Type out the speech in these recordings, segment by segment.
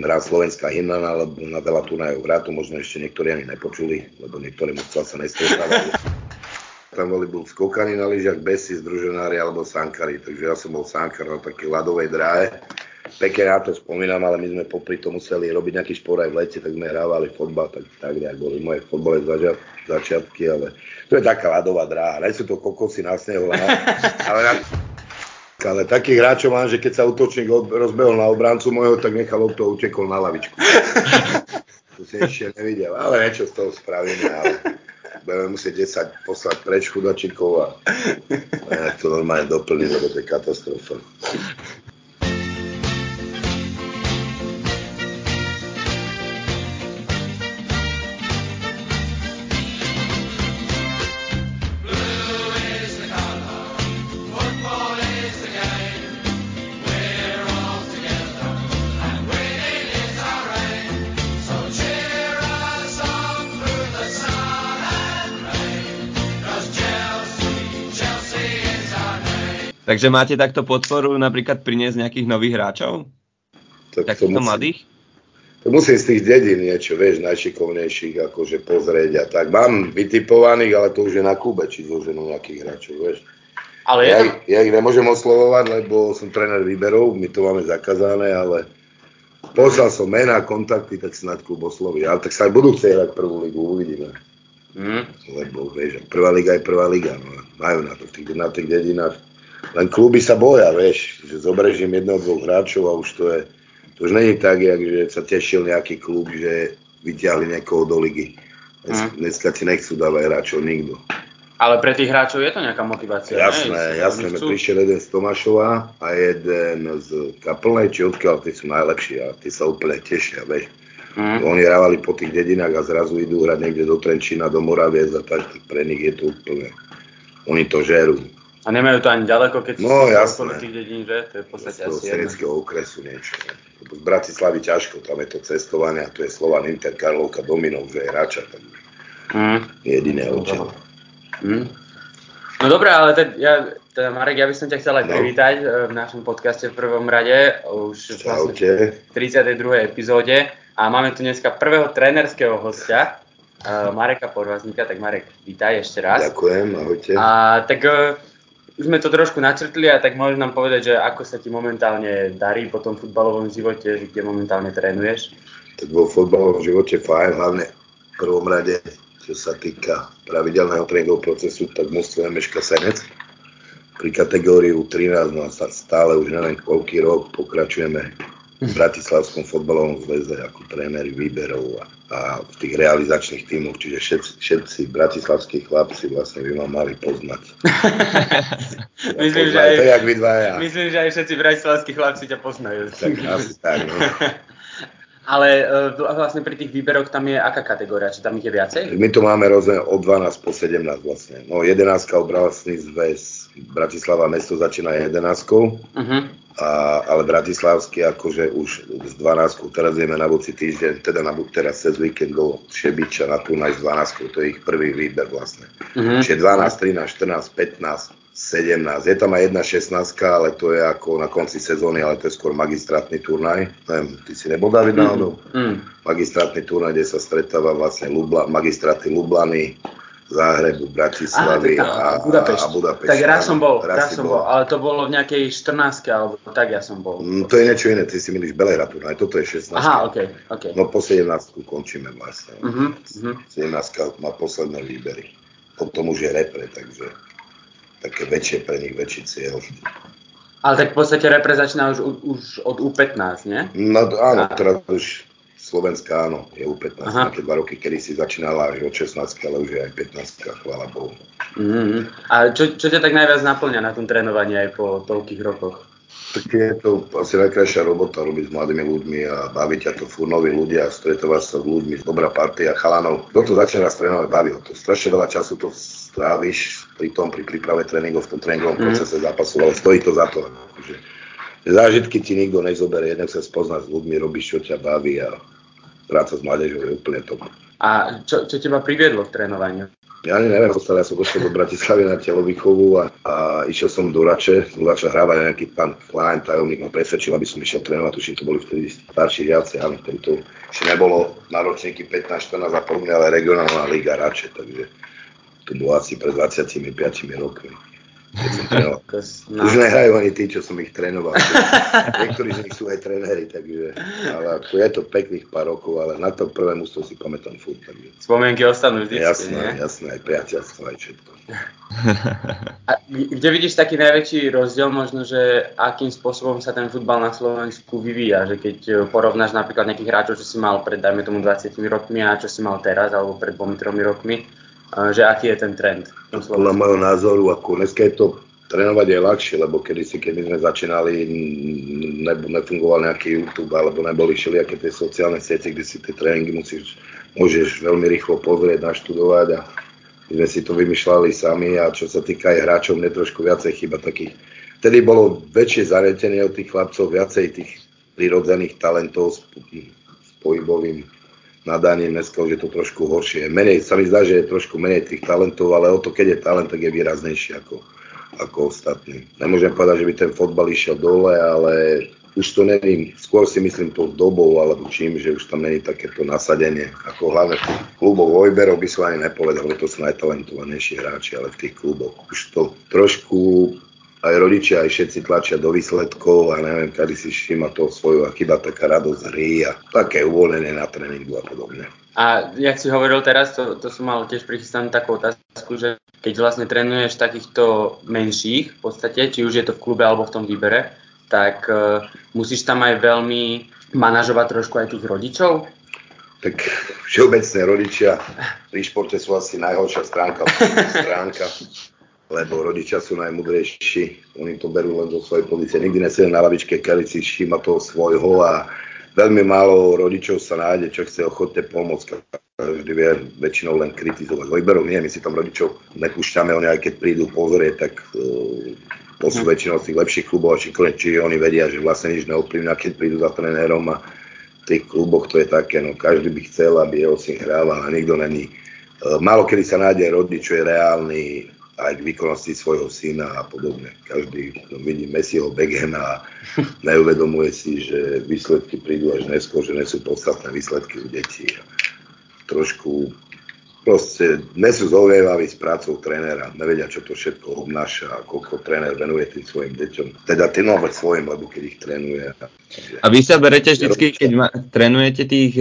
hrá slovenská hymna, alebo na veľa turnajov hrá, to možno ešte niektorí ani nepočuli, lebo niektoré mužstvá sa nestretávali. Tam boli buď skokani na lyžiach, besi, združenári alebo sankari, takže ja som bol sankar na takej ľadovej dráhe. Pekne na to spomínam, ale my sme popri tom museli robiť nejaký šport aj v lete, tak sme hrávali fotbal, tak nejak boli moje fotbalové začiatky, ale to je taká ľadová dráha, nie sú to kokosy na snehu, ale takých hráčov mám, že keď sa útočník rozbehol na obrancu môjho, tak nechal loptu a utekol na lavičku. To si ešte nevidel, ale niečo z toho spravíme, ale budeme musieť 10 poslať preč chudačíkov a nejak to normálne doplniť, lebo to je katastrofa. Takže máte takto podporu napríklad priniesť nejakých nových hráčov? Takýchto mladých? To musím z tých dedín niečo, vieš, najšikovnejších akože pozrieť a tak. Mám vytipovaných, ale to už je na Kube, či zoženú nejakých hráčov, vieš. Ale ja ich nemôžem oslovovať, lebo som tréner výberov, my to máme zakázané, ale poslal som mená, kontakty, tak snad klub osloví. Ale tak sa aj budú chcieť hrať prvú ligu, uvidíme. Lebo, vieš, prvá liga je prvá liga, no. Majú na to na tých dedinách. Len kluby sa boja, vieš, že zobrežím jedného, dvoch hráčov a už to už není tak, jak, že sa tešil nejaký klub, že vyťahli niekoho do ligy. Dneska ti nechcú dávať hráčov nikto. Ale pre tých hráčov je to nejaká motivácia, Jasné, prišiel jeden z Tomášova a jeden z Kaplnej, či odkiaľ, tí sú najlepší a tí sa úplne tešia, vieš. Oni hrávali po tých dedinách a zrazu idú hrať niekde do Trenčína, do Moraviec a tak pre nich je to úplne, oni to žerú. A nemajú to ani ďaleko, keď sú okolo tých dedín, že? To je v podstate asi jedno. Z Seneckého okresu niečo. Z Bratislavy ťažko, tam je to cestovanie a tu je Slovan Inter, Karlovka, Dominov, že je hráča. Jediné odtiaľ. No dobré, ale teda Marek, ja by som ťa chcel aj privítať v našom podcaste v prvom rade. Už vlastne v 32. epizóde. A máme tu dneska prvého trénerského hostia, Mareka Podvazníka. Tak Marek, vítaj ešte raz. Ďakujem, ahojte. A tak už sme to trošku načrtli a tak môžeš nám povedať, že ako sa ti momentálne darí po tom futbalovom živote, že kde momentálne trénuješ? Tak vo futbalovom živote fajn, hlavne v prvom rade, čo sa týka pravidelného tréningového procesu, tak mužstvo MŠK Senec. Pri kategóriu 13, no a stále už neviem koľký rok pokračujeme v Bratislavskom futbalovom zväze ako tréneri výberov a v tých realizačných tímoch, čiže všetci bratislavskí chlapci vlastne by ma mali poznať. Myslím, že aj všetci bratislavskí chlapci ťa poznajú. Tak asi tak, no. Ale vlastne pri tých výberoch tam je aká kategória? Či tam ich je viacej? My to máme rozdiel od 12 po 17 vlastne. No 11 obrastný zväz Bratislava mesto začína 11. Ale bratislavský akože už z 12, teraz ideme na budúci týždeň, teraz cez víkend do Šebiča na Tunaj z 12, to je ich prvý výber vlastne. Čiže 12, 13, 14, 15, 17, je tam aj jedna 16, ale to je ako na konci sezóny, ale to je skôr magistrátny turnaj. Neviem, ty si nebol David náhodou? Magistrátny turnaj, kde sa stretáva vlastne magistráty Lublany, Záhrebu, Bratislavy a Budapešť. Tak raz som bol, ale to bolo v nejakej 14 alebo tak ja som bol. To je niečo iné, ty si milíš Belehrad turnaj, toto je 16. Aha, okay. No po 17 končíme vlastne. 17 má posledné výbery. Potom už je repre, takže také väčšie pre nich, väčší cieľ. Ale tak v podstate repre začína už od U15, nie? No áno, teraz už Slovenská, áno, je U15, také 2 roky, kedy si začínala až od 16, ale už je aj 15, chvála Bohu. A čo ťa tak najviac naplňa na tom trénovaní aj po toľkých rokoch? Tak je to asi najkrajšia robota, robiť s mladými ľuďmi a baviť ťa to furt noví ľudia, stretovať sa s ľuďmi, dobrá partia chalanov. Kto to začne raz trénovať, baví ho to. Strašne veľa času to stráviš pri príprave tréningov, v tom tréningovom procese zápasu, ale stojí to za to. Akože zážitky ti nikto nezoberie, jednak sa spoznať s ľuďmi, robíš, čo ťa baví a práca s mládežou je úplne top. A čo teba priviedlo k trénovaniu? Ja ani neviem, ja som došiel do Bratislavy na telovýchovu a išiel som do Rače, hrávať nejaký pán Klein, tajomník ma presvedčil, aby som išiel trénovať, tuším, to boli vtedy starší žiaci, áno, vtedy to ešte nebolo na ročníky 15-14 a podobne, ale regionálna liga Rače, takže to bolo asi pred 25 rokmi. Už nehrajú ani tí, čo som ich trénoval. Niektorí z nich sú aj tréneri, takže ale je to pekných pár rokov, ale na to prvé mústvo si pamätám furt. Takže. Spomienky ostanú vždycky, Jasné, aj priateľstvo, aj všetko. A kde vidíš taký najväčší rozdiel možno, že akým spôsobom sa ten futbal na Slovensku vyvíja, že keď porovnáš napríklad nejakých hráčov, čo si mal pred, dajme tomu 20 rokmi a čo si mal teraz, alebo pred 2-3 rokmi, že aký je ten trend? Podľa môjho názoru, ako dneska je to trénovať je ľahšie, lebo kedysi, keď my sme začínali, nefungoval nejaký YouTube, alebo neboli všelijaké tie sociálne siete, kde si tie tréningy môžeš veľmi rýchlo pozrieť, naštudovať a my sme si to vymýšľali sami a čo sa týka aj hráčov, mne trošku viacej chyba takých. Vtedy bolo väčšie zariadenie od tých chlapcov, viacej tých prirodzených talentov s pohybovým nadaním, dneska už je to trošku horšie. Menej, sa mi zdá, že je trošku menej tých talentov, ale o to, keď je talent, tak je výraznejší ako ostatní. Nemôžem povedať, že by ten fotbal išiel dole, ale už to není, skôr si myslím tou dobou alebo čím, že už tam není takéto nasadenie. Ako hlavne v tých kluboch Vojberov by som ani nepovedal, že to sú najtalentovanejší hráči, ale v tých kluboch už to trošku aj rodičia, aj všetci tlačia do výsledkov a neviem, kedy si všíma toho svoju a chyba taká radosť hry a také uvoľnenie na tréningu a podobne. A jak si hovoril teraz, to som mal tiež prichystanú takú otázku, že keď vlastne trénuješ takýchto menších v podstate, či už je to v klube alebo v tom výbere, tak musíš tam aj veľmi manažovať trošku aj tých rodičov? Tak všeobecne rodičia pri športe sú asi najhoršia stránka, lebo rodičia sú najmudrejší, oni to berú len zo svojej pozície. Nikdy nesedia na lavičke, keď si všíma toho svojho a veľmi málo rodičov sa nájde, čo chce ochotne pomôcť. Každý vie väčšinou len kritizovať. Výberov nie, my si tam rodičov nepúšťame, oni aj keď prídu pozrieť, tak to sú väčšinou z tých lepších klubov a či oni vedia, že vlastne nič neovplyvňuje, keď prídu za trénerom a v tých kluboch to je také, no každý by chcel, aby jeho syn hrával a nikto není. Málo kedy sa nájde rodič, čo je reálny aj k výkonnosti svojho syna a podobne. Každý vidí Messiho, Beckhama a neuvedomuje si, že výsledky prídu až neskôr, že nie sú podstatné výsledky u detí. Trošku proste nesú zovievaví s prácou trénera, nevedia, čo to všetko obnáša a koľko tréner venuje tým svojim deťom. Teda tým svojim, lebo keď ich trénuje. A vy sa berete vždycky, keď trénujete tých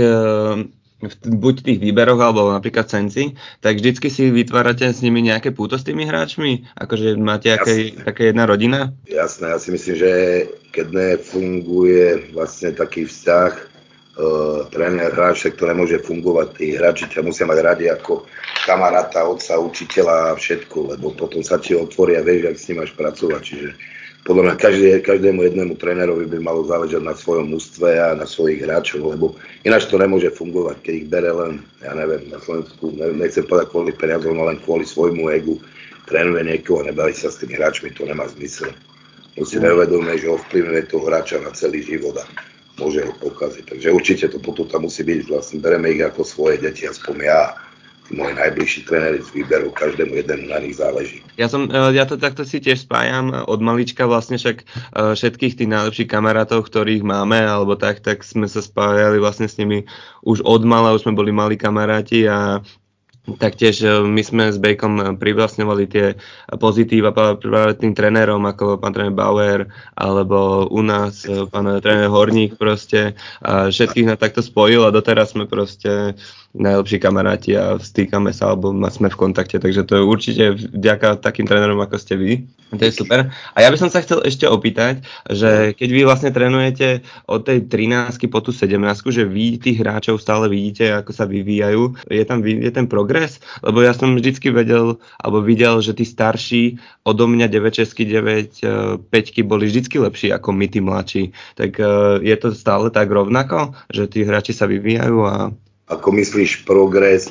buď tých výberoch, alebo napríklad Senci, tak vždycky si vytvárate s nimi nejaké púto s tými hráčmi? Akože máte taká jedna rodina? Jasné, ja si myslím, že keď nefunguje vlastne taký vzťah tréner hráč, to nemôže fungovať. Tí hráči ťa musia mať radi ako kamaráta, otca, učiteľa a všetko, lebo potom sa ti otvoria, vieš, ak s ním máš pracovať. Čiže podľa mňa každému jednému trénerovi by malo záležať na svojom mužstve a na svojich hráčov, lebo ináč to nemôže fungovať, keď ich bere len, ja neviem, na Slovensku, nechcem povedať kvôli peniazom, ale len kvôli svojmu egu, trénuje niekoho a nebaví sa s tými hráčmi, to nemá zmysel. To si neuvedomuje, že ovplyvňuje toho hráča na celý život a môže ho pokaziť. Takže určite to potom tam musí byť, vlastne bereme ich ako svoje deti, aspoň ja. Moji najbližší tréneri z výberu, každému jednému na nich záleží. Ja to takto si tiež spájam od malička, vlastne však všetkých tých najlepších kamarátov, ktorých máme, alebo tak sme sa spájali vlastne s nimi už od mala, už sme boli malí kamaráti a taktiež my sme s Bejkom privlastňovali tie pozitíva práve tým trénerom, ako pán tréner Bauer, alebo u nás pán tréner Horník proste. A všetkých nás takto spojil a doteraz sme proste najlepší kamaráti a stýkame sa, alebo sme v kontakte. Takže to je určite vďaka takým trénerom, ako ste vy. To je super. A ja by som sa chcel ešte opýtať, že keď vy vlastne trénujete od tej 13 po tú 17, že vy tých hráčov stále vidíte, ako sa vyvíjajú, je ten progres? Lebo ja som vždycky videl, že tí starší odo mňa 9-6, 9-5 boli vždycky lepší ako my tí mladší. Tak je to stále tak rovnako, že tí hráči sa vyvíjajú a... Ako myslíš progres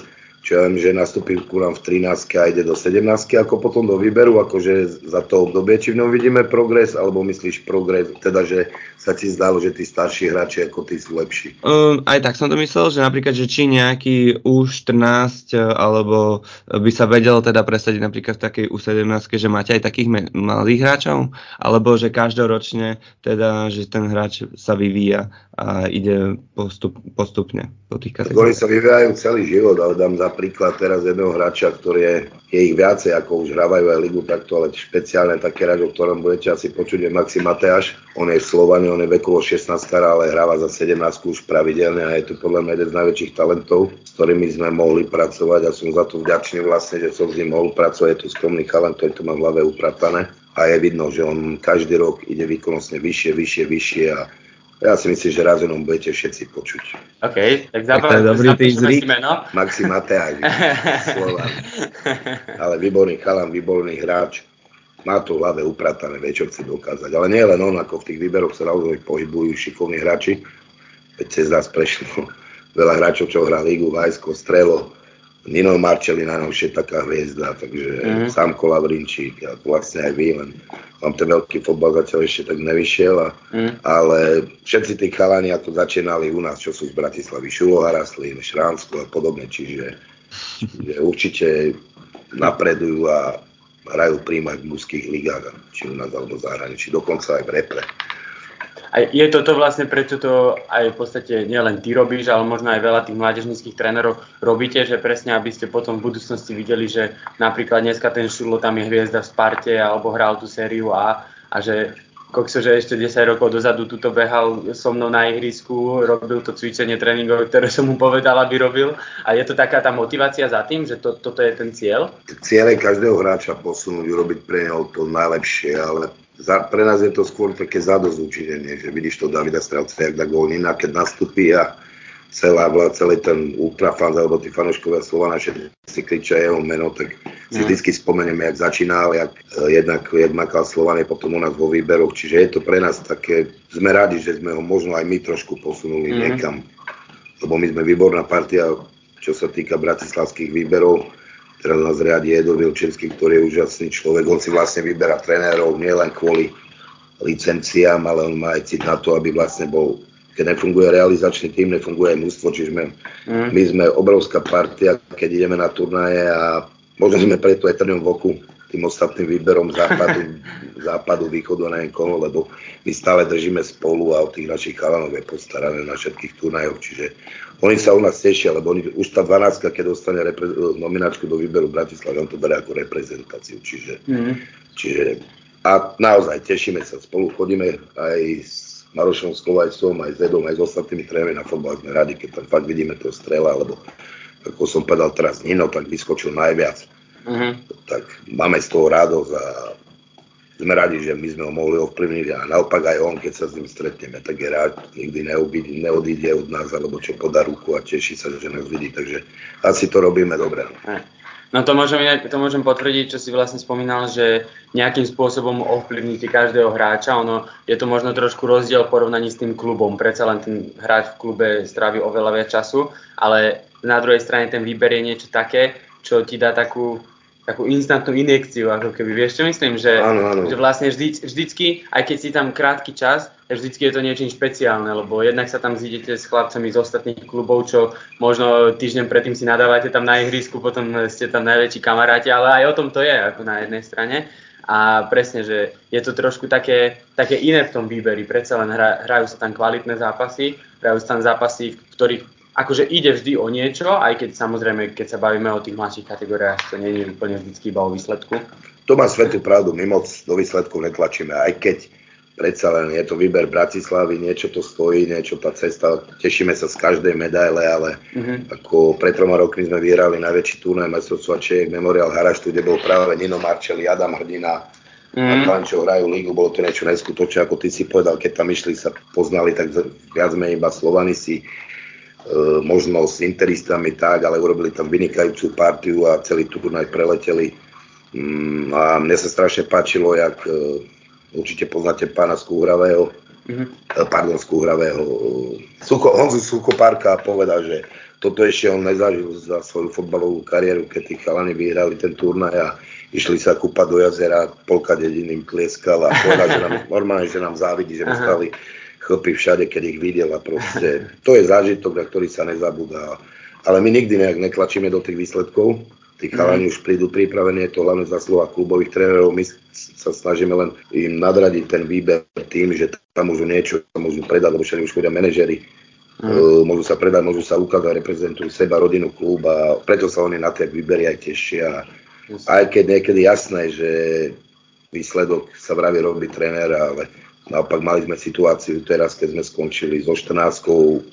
čo ja viem, že nastúpil ku nám v 13 a ide do 17, ako potom do výberu, akože za to obdobie, či v ňom vidíme progres, alebo myslíš progres, teda, že sa ti zdalo, že tí starší hráči ako tí sú lepší? Aj tak som to myslel, že napríklad, že či nejaký U14 alebo by sa vedel teda presadiť napríklad v takej U17, že máte aj takých malých hráčov, alebo že každoročne teda, že ten hráč sa vyvíja a ide postupne po tých kategóriách. Oni sa vyvíjajú celý život, ale dám za príklad teraz jedného hráča, ktorý je ich viacej, ako už hrávajú aj ligu takto, ale špeciálne také hráč, o ktorom budete asi počuť, je Maxi Mateáš. On je v Slovane, on je vekovo 16, ale hráva za 17 už pravidelne a je to podľa mňa jeden z najväčších talentov, s ktorými sme mohli pracovať a som za to vďačný vlastne, že som s ním mohol pracovať. Je to skromný chalan, ktorý to má v hlave upratané a je vidno, že on každý rok ide výkonnostne vyššie a ja si myslím, že raz jenom budete všetci počuť. OK, tak zapíšeme si meno. Maxi Mateáš, Slovan. Ale výborný chalan, výborný hráč. Má to v hlave upratané, vie, čo chce dokázať. Ale nie len on, ako v tých výberoch sa naozaj pohybujú šikovní hráči. Veď cez nás prešlo veľa hráčov, čo hrá Ligu, Vajsko, Strelo, Nino Marcelli, najnovšie taká hviezda, takže Samko Lavrinčík a vlastne aj vy, len mám ten veľký fotbal zatiaľ ešte tak nevyšiel, ale všetci tí chalani ako začínali u nás, čo sú z Bratislavy, Šulo Haraslín, Šránsko a podobne, čiže určite napredujú a hrajú príjmať v mužských ligách, či u nás alebo v zahraničí, dokonca aj v repre. A je toto vlastne, prečo to aj v podstate nielen ty robíš, ale možno aj veľa tých mládežníckych trénerov robíte, že presne aby ste potom v budúcnosti videli, že napríklad dneska ten Šulo tam je hviezda v Sparte alebo hral tú sériu A a že že ešte 10 rokov dozadu tuto behal so mnou na ihrisku, robil to cvičenie tréningové, ktoré som mu povedal, aby robil. A je to taká tá motivácia za tým, že toto je ten cieľ? Cieľ je každého hráča posunúť, urobiť pre neho to najlepšie, ale pre nás je to skôr také zadosťučinenie, že vidíš to Davida Strelca, jak dá gól Nina, keď nastúpi a celý ten ultrafans alebo tí fanúškovia Slovana všetci kričia jeho meno, tak si vždycky spomenieme, jak začínal, jak makal Slovan je potom u nás vo výberoch, čiže je to pre nás také, sme radi, že sme ho možno aj my trošku posunuli niekam, lebo my sme výborná partia, čo sa týka bratislavských výberov. Teraz nás riadi Edo Vilčenský, ktorý je úžasný človek, on si vlastne vyberá trénerov nielen kvôli licenciám, ale on má aj cit na to, aby vlastne bol. Keď nefunguje realizačný tým, nefunguje aj mužstvo, čiže my sme obrovská partia, keď ideme na turnaje a možno sme preto aj trňom v oku tým ostatným výberom západu, východu a neviem koho, lebo my stále držíme spolu a o tých našich chalanov je postarané na všetkých turnajoch, čiže oni sa u nás tešia, lebo oni, už tá 12, keď dostane nomináčku do výberu Bratislavy, on to berie ako reprezentáciu, čiže a naozaj tešíme sa, spolu chodíme aj Marošom Skovajcom, aj s Edom, aj s ostatnými trénermi na fotbal, sme radi, keď tam fakt vidíme toho Strela, alebo ako som povedal teraz Nino, tak vyskočil najviac. Tak máme z toho radosť a sme radi, že my sme ho mohli ovplyvniť a naopak aj on, keď sa s ním stretneme, tak je rád, nikdy neodíde od nás, alebo čo podá ruku a teší sa, že nás vidí, takže asi to robíme dobre. No to môžem potvrdiť, čo si vlastne spomínal, že nejakým spôsobom ovplyvníte každého hráča. Ono je to možno trošku rozdiel v porovnaní s tým klubom. Predsa len ten hráč v klube strávi oveľa viac času, ale na druhej strane ten výber je niečo také, čo ti dá takú instantnú injekciu, ako keby, vieš čo myslím, že, áno. Že vlastne vždycky, aj keď si tam krátky čas, vždycky je to niečo špeciálne, lebo jednak sa tam zídete s chlapcami z ostatných klubov, čo možno týždeň predtým si nadávate tam na ihrisku, potom ste tam najväčší kamaráti, ale aj o tom to je, ako na jednej strane. A presne, že je to trošku také iné v tom výberi, predsa len hrajú sa tam kvalitné zápasy, hrajú sa tam zápasy, v ktorých akože ide vždy o niečo, aj keď samozrejme, keď sa bavíme o tých mladších kategóriách, to nie je úplne vždycky iba o výsledku. To má svätú pravdu, my moc do výsledkov netlačíme, aj keď predsa len je to výber Bratislavy, niečo to stojí, niečo tá cesta, tešíme sa z každej medaile, ale ako pred 3 rokmi sme vyhrali najväčší turnaj majstrovstva Čiech, Memorial Haraštu, kde bol práve Nino Marcelli, Adam Hrdina, a tam, čo hrajú lígu, bolo to niečo neskutočné, ako ty si povedal, keď tam išli, sa poznali, tak viac menej iba Slovani si možno s interistami tak, ale urobili tam vynikajúcu partiu a celý turnaj preleteli. A mne sa strašne páčilo, jak určite poznáte pána Skúhravého, z Kúhravého, Honzu Suchopárka, a povedal, že toto ešte on nezažil za svoju fotbalovú kariéru, keď tí chalani vyhrali ten turnaj a išli sa kúpať do jazera, polka dediny im tlieskal a povedal, že nám normálne, že nám závidí, že mu stali chlpy všade, keď ich videl a proste to je zážitok, na ktorý sa nezabúda. Ale my nikdy nejak netlačíme do tých výsledkov, tí chalani už prídu pripravení, je to hlavne zaslúha klubových trénerov, my sa snažíme len im nadradiť ten výber tým, že tam môžu niečo, môžu predať, lebo všade už chodia manažeri, môžu sa predať, môžu sa ukázať, reprezentujú seba, rodinu, klub a preto sa oni na tie výbery aj tešia. Aj keď niekedy jasné, že výsledok sa vraví robí tréner, ale naopak mali sme situáciu teraz, keď sme skončili so 15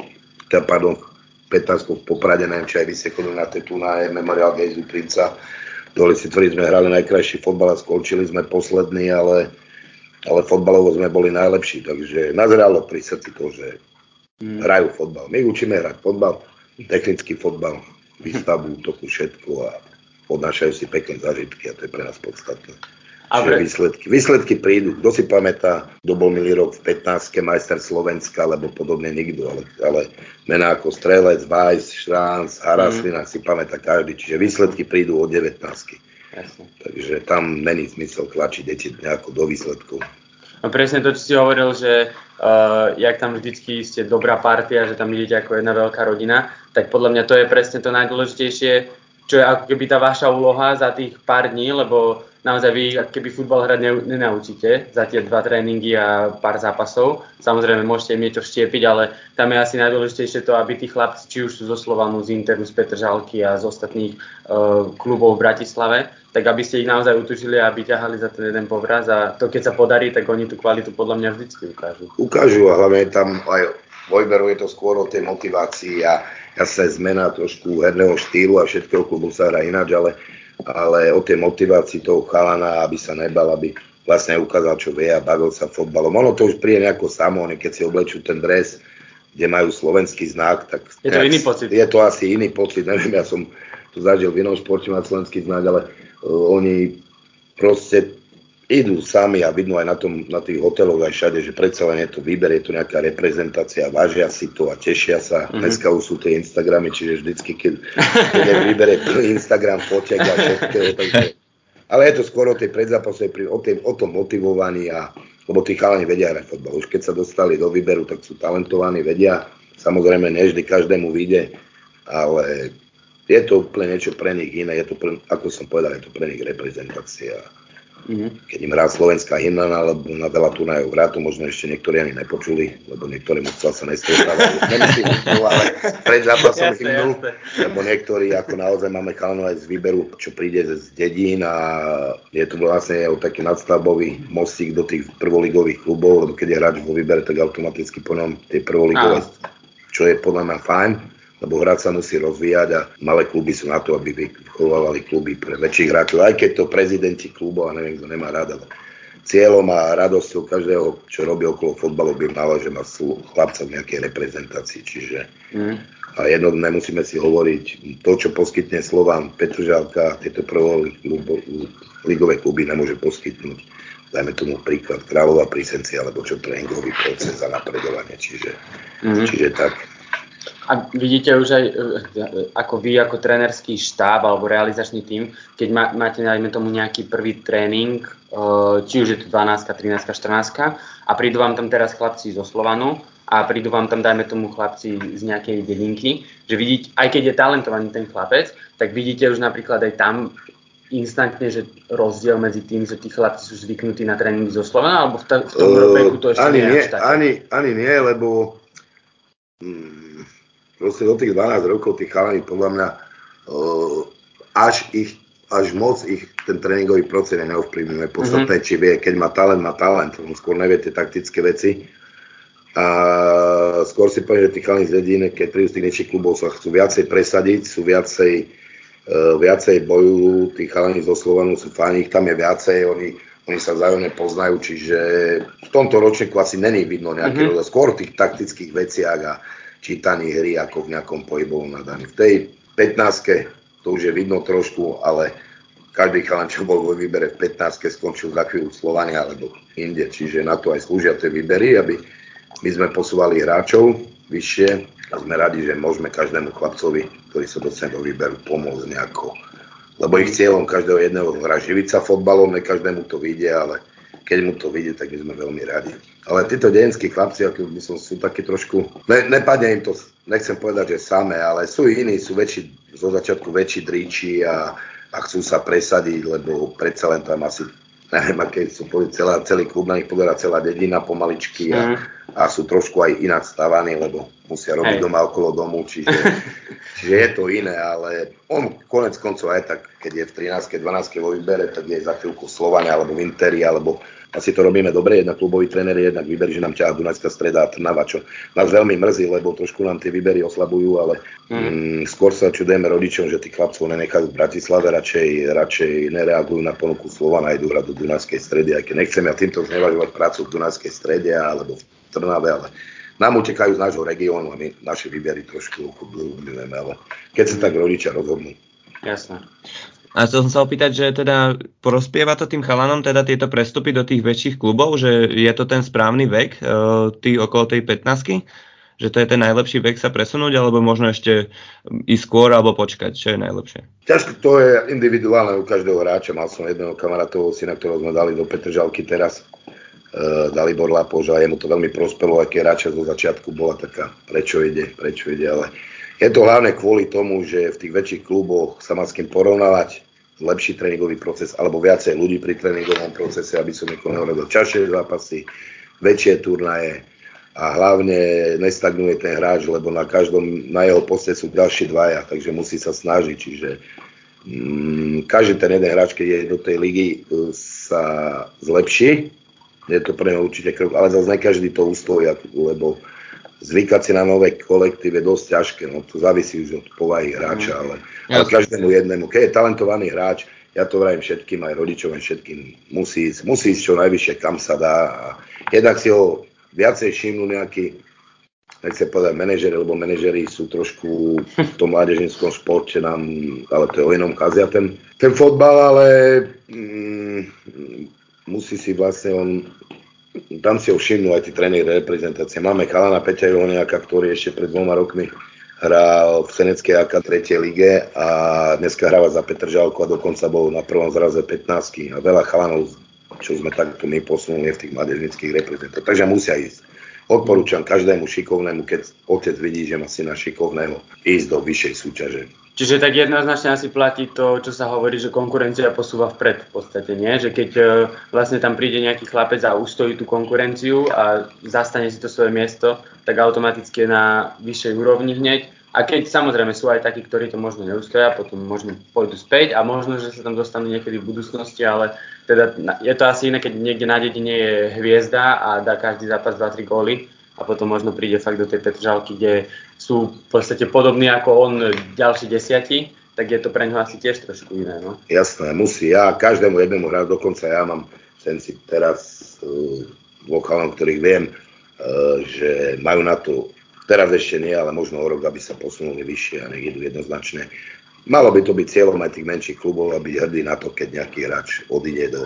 v Poprade, neviem, či aj vy ste chodili na tie turnaje Memorial Gejzu Princa. Dole si tvrdí, sme hrali najkrajší fotbal a skončili sme poslední, ale fotbalovo sme boli najlepší, takže nazeralo pri srdci to, že hrajú fotbal. My učíme hrať fotbal, technický fotbal, výstavbu, útoku, všetko a odnášajú si pekné zážitky a to je pre nás podstatné. Čiže výsledky prídu. Kto si pamätá, kto bol minulý rok v 15. majster Slovenska, alebo podobne nikto, ale mená ako Strelec, Vajs, Šránc, Haraslina si pamätá každý. Čiže výsledky prídu od 19. Jasne. Takže tam není zmysel tlačiť deti nejako do výsledkov. No presne to, čo si hovoril, že jak tam vždycky ste dobrá partia, že tam idete ako jedna veľká rodina, tak podľa mňa to je presne to najdôležitejšie, čo je ako keby tá vaša úloha za tých pár dní, lebo naozaj vy keby futbal hrať nenaučíte za tie 2 tréningy a pár zápasov. Samozrejme, môžete im niečo vštiepiť, ale tam je asi najdôležitejšie to, aby tí chlapci, či už sú zo Slovanu, z Interu, z Petržalky a z ostatných klubov v Bratislave, tak aby ste ich naozaj utužili a aby ťahali za ten jeden povraz a to, keď sa podarí, tak oni tú kvalitu podľa mňa vždycky ukážu. Ukážu a hlavne tam aj Vojberu je to skôr o tej motivácii a sa zmena trošku herného štýlu a všetkého klubu sa hrá ináč, ale o tej motivácii toho chalana, aby sa nebal, aby vlastne ukázal, čo vie a bavil sa fotbalom. Ono to už príde nejako samo, keď si oblečú ten dres, kde majú slovenský znak, tak je to iný pocit. Je to asi iný pocit, neviem, ja som to zažil v inom športe mať slovenský znak, ale oni proste idú sami a vidno aj na tých hoteloch aj všade, že predsa len je to výber, je to nejaká reprezentácia, vážia si to a tešia sa. Dneska už sú tie Instagramy, čiže vždycky, keď vybere Instagram, fotiek a všetkého. Takže... Ale je to skôr o tej predzápasovej, o tom motivovaní, lebo tí chalani vedia hrať fotbal. Už keď sa dostali do výberu, tak sú talentovaní, vedia. Samozrejme, nie vždy každému vyjde, ale je to úplne niečo pre nich iné. Je to ako som povedal, je to pre nich reprezentácia. Keď im hrá slovenská hymna alebo na veľa turnajov hrátu, možno ešte niektorí ani nepočuli, lebo niektorí musel sa nestretávajú. Nemyslím hymnu, ale pred zápasom hymnu, lebo niektorí, ako naozaj máme chalanov aj z výberu, čo príde z dedín a je to vlastne o taký nadstavbový mostík do tých prvoligových klubov, lebo keď je hráč vo výbere, tak automaticky po ňom tie prvoligové, čo je podľa mňa fajn, lebo hrať sa musí rozvíjať a malé kluby sú na to, aby vychovávali kluby pre väčších hráčov, aj keď to prezidenti klubov, a neviem, kto nemá rád, ale cieľom a radosťou každého, čo robí okolo fotbalu, by malo, že má chlapca v nejakej reprezentácii, čiže a jedno nemusíme si hovoriť, to, čo poskytne Slovan, Petržalka, tieto prvoligové kluby nemôže poskytnúť. Dajme tomu príklad Kráľová Prísencia, alebo čo tréningový proces a napredovanie, čiže tak. A vidíte už aj ako vy, ako trénerský štáb alebo realizačný tím, keď máte, dajme tomu, nejaký prvý tréning, či už je to 12, 13, 14 a prídu vám tam teraz chlapci zo Slovanu a prídu vám tam, dajme tomu, chlapci z nejakej dedinky, že vidíte, aj keď je talentovaný ten chlapec, tak vidíte už napríklad aj tam instantne, že rozdiel medzi tým, že tí chlapci sú zvyknutí na tréningy zo Slovana, alebo v tom veku to ešte nie je až také? Ani nie, lebo proste do tých 12 rokov tí chalani podľa mňa až moc ich ten tréningový proces neovplyvňuje. Podstatné, či vie, keď má talent, on skôr nevie tie taktické veci. A skôr si poviem, že tí chalani z dedín, keď prídu z tých niečích klubov, sa chcú viacej presadiť, sú viacej bojujú, tí chalani zo Slovanu sú fajni, ich tam je viacej, oni sa vzájomne poznajú, čiže v tomto ročníku asi není vidno nejaký rozdiel, skôr v tých taktických veciach a čítaní hry ako v nejakom pohybovom nadaní. V tej 15-ke to už je vidno trošku, ale každý chalan, čo bol vo výbere v 15-ke, skončil za chvíľu v Slovane alebo inde, čiže na to aj slúžia tie výbery, aby my sme posúvali hráčov vyššie a sme radi, že môžeme každému chlapcovi, ktorý sa dostane do výberu, pomôcť nejako. Lebo ich cieľom každého jedného hra živiť sa fotbalom, ne každému to vyjde, ale keď mu to vyjde, tak my sme veľmi radi. Ale títo dejenskí chlapci, ako by som, sú takí trošku, nepadne im to, nechcem povedať, že samé, ale sú iní, sú väčší, zo začiatku väčší dríči a chcú sa presadiť, lebo predsa len tam asi, neviem, aké sú celý klub na nich pozerá celá dedina pomaličky a sú trošku aj inak stávaní, lebo musia robiť doma okolo domu, čiže je to iné, ale on konec koncov aj tak, keď je v 13. 12. vo výbere, tak je za chvíľku Slovania alebo v Interi, alebo asi to robíme dobre, jednak klubový tréner, jednak výber, že nám ťahá Dunajská Streda a Trnava, čo nás veľmi mrzí, lebo trošku nám tie výbery oslabujú, ale skôr sa čudujeme rodičom, že tí chlapcov nenechajú v Bratislave, radšej nereagujú na ponuku Slovana a idú hrať do Dunajskej Stredy, aj keď nechceme a týmto znevažovať prácu v Dunajskej Strede alebo v Trnave, ale nám utekajú z nášho regiónu a my naše výbery trošku ochudujeme, ale keď sa tak rodičia rozhodnú. Jasné. A chcel som sa opýtať, že teda prospieva to tým chalanom teda tieto prestupy do tých väčších klubov, že je to ten správny vek, okolo tej 15-ky? Že to je ten najlepší vek sa presunúť, alebo možno ešte ísť skôr, alebo počkať, čo je najlepšie? Ťažko, to je individuálne u každého hráča. Mal som jedného kamarátovho syna, ktorého sme dali do Petržalky teraz, Dalibor Lapoš, a jemu to veľmi prospelo, aj keď hráča zo začiatku bola taká, prečo ide, ale je to hlavne kvôli tomu, že v tých väčších kluboch sa má s kým porovnávať, lepší tréningový proces, alebo viacej ľudí pri tréningovom procese, aby som nehovoril čašie zápasy, väčšie turnaje a hlavne nestagnuje ten hráč, lebo na jeho poste sú ďalší dvaja, takže musí sa snažiť, čiže každý ten jeden hráč, keď je do tej ligy, sa zlepší, je to pre neho určite krok, ale zase ne každý to ustojí, lebo zvykať si na nové kolektív je dosť ťažké, no to závisí už od povahy hráča, ale každému jednému, keď je talentovaný hráč, ja to vravím všetkým, aj rodičom, aj všetkým, musí ísť čo najvyššie, kam sa dá a jednak si ho viacej všimnú nejakí, nechcem povedať manažeri, lebo manažeri sú trošku v tom mládežníckom športe nám, ale to je o inom kazia ten fotbal, ale musí si vlastne tam si ho všimnú aj tí tréneri reprezentácie. Máme chalana Peťa Johoniaka, ktorý ešte pred 2 rokmi hral v Seneckej AK 3. lige a dneska hráva za Petržalku a dokonca bol na prvom zraze 15. A veľa chalanov, čo sme takto my posunuli v tých mládežnických reprezentáciách. Takže musia ísť. Odporúčam každému šikovnému, keď otec vidí, že má syna šikovného, ísť do vyššej súťaže. Čiže tak jednoznačne asi platí to, čo sa hovorí, že konkurencia posúva vpred v podstate, nie? Že keď vlastne tam príde nejaký chlapec a ustojí tú konkurenciu a zastane si to svoje miesto, tak automaticky je na vyššej úrovni hneď. A keď samozrejme sú aj takí, ktorí to možno neustoja, potom možno pôjdu späť a možno, že sa tam dostanú niekedy v budúcnosti, ale teda je to asi iné, keď niekde na dedine je hviezda a dá každý zápas 2-3 góly. A potom možno príde fakt do tej Petržalky, kde sú v podstate podobní ako on ďalší 10, tak je to pre ňoho asi tiež trošku iné, no? Jasné, musí. Ja každému jednému hrať, dokonca ja mám senci teraz vokalom, ktorých viem, že majú na to, teraz ešte nie, ale možno o rok, aby sa posunuli vyššie a nech idú jednoznačne. Malo by to byť cieľom aj tých menších klubov, aby hrdí na to, keď nejaký hráč odíde do...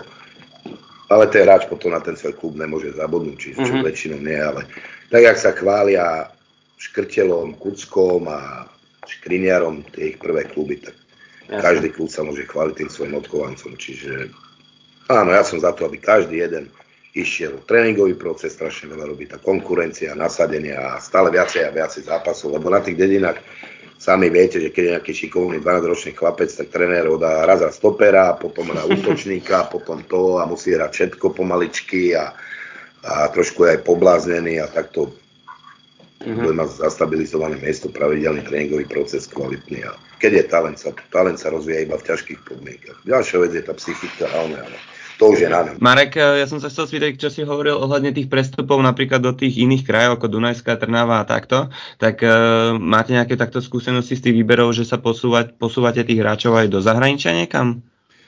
Ale ten hráč potom na ten svoj klub nemôže zabudnúť, či čo väčšinou nie, ale tak, jak sa chvália Škrtelom, Kuckom a Škriniarom, tie ich prvé kluby, tak každý klub sa môže chváliť tým svojim odchovancom, čiže áno, ja som za to, aby každý jeden išiel tréningový proces, strašne veľa robí tá konkurencia, nasadenie a stále viacej a viacej zápasov, lebo na tých dedinách sami viete, že keď je nejaký šikovný 12-ročný chlapec, tak tréner ho dá raz za stopera, potom na útočníka, potom to a musí hrať všetko pomaličky a trošku je aj pobláznený a takto bude mať zastabilizované miesto, pravidelný tréningový proces kvalitný. A keď je talent sa rozvíja iba v ťažkých podmienkach. Ďalšia vec je tá psychika, ale to už je na ňom. Marek, ja som sa chcel spýtať, čo si hovoril ohľadne tých prestupov napríklad do tých iných krajov ako Dunajská, Trnava a takto, tak máte nejaké takto skúsenosti z tých výberov, že sa posúvate tých hráčov aj do zahraničia niekam?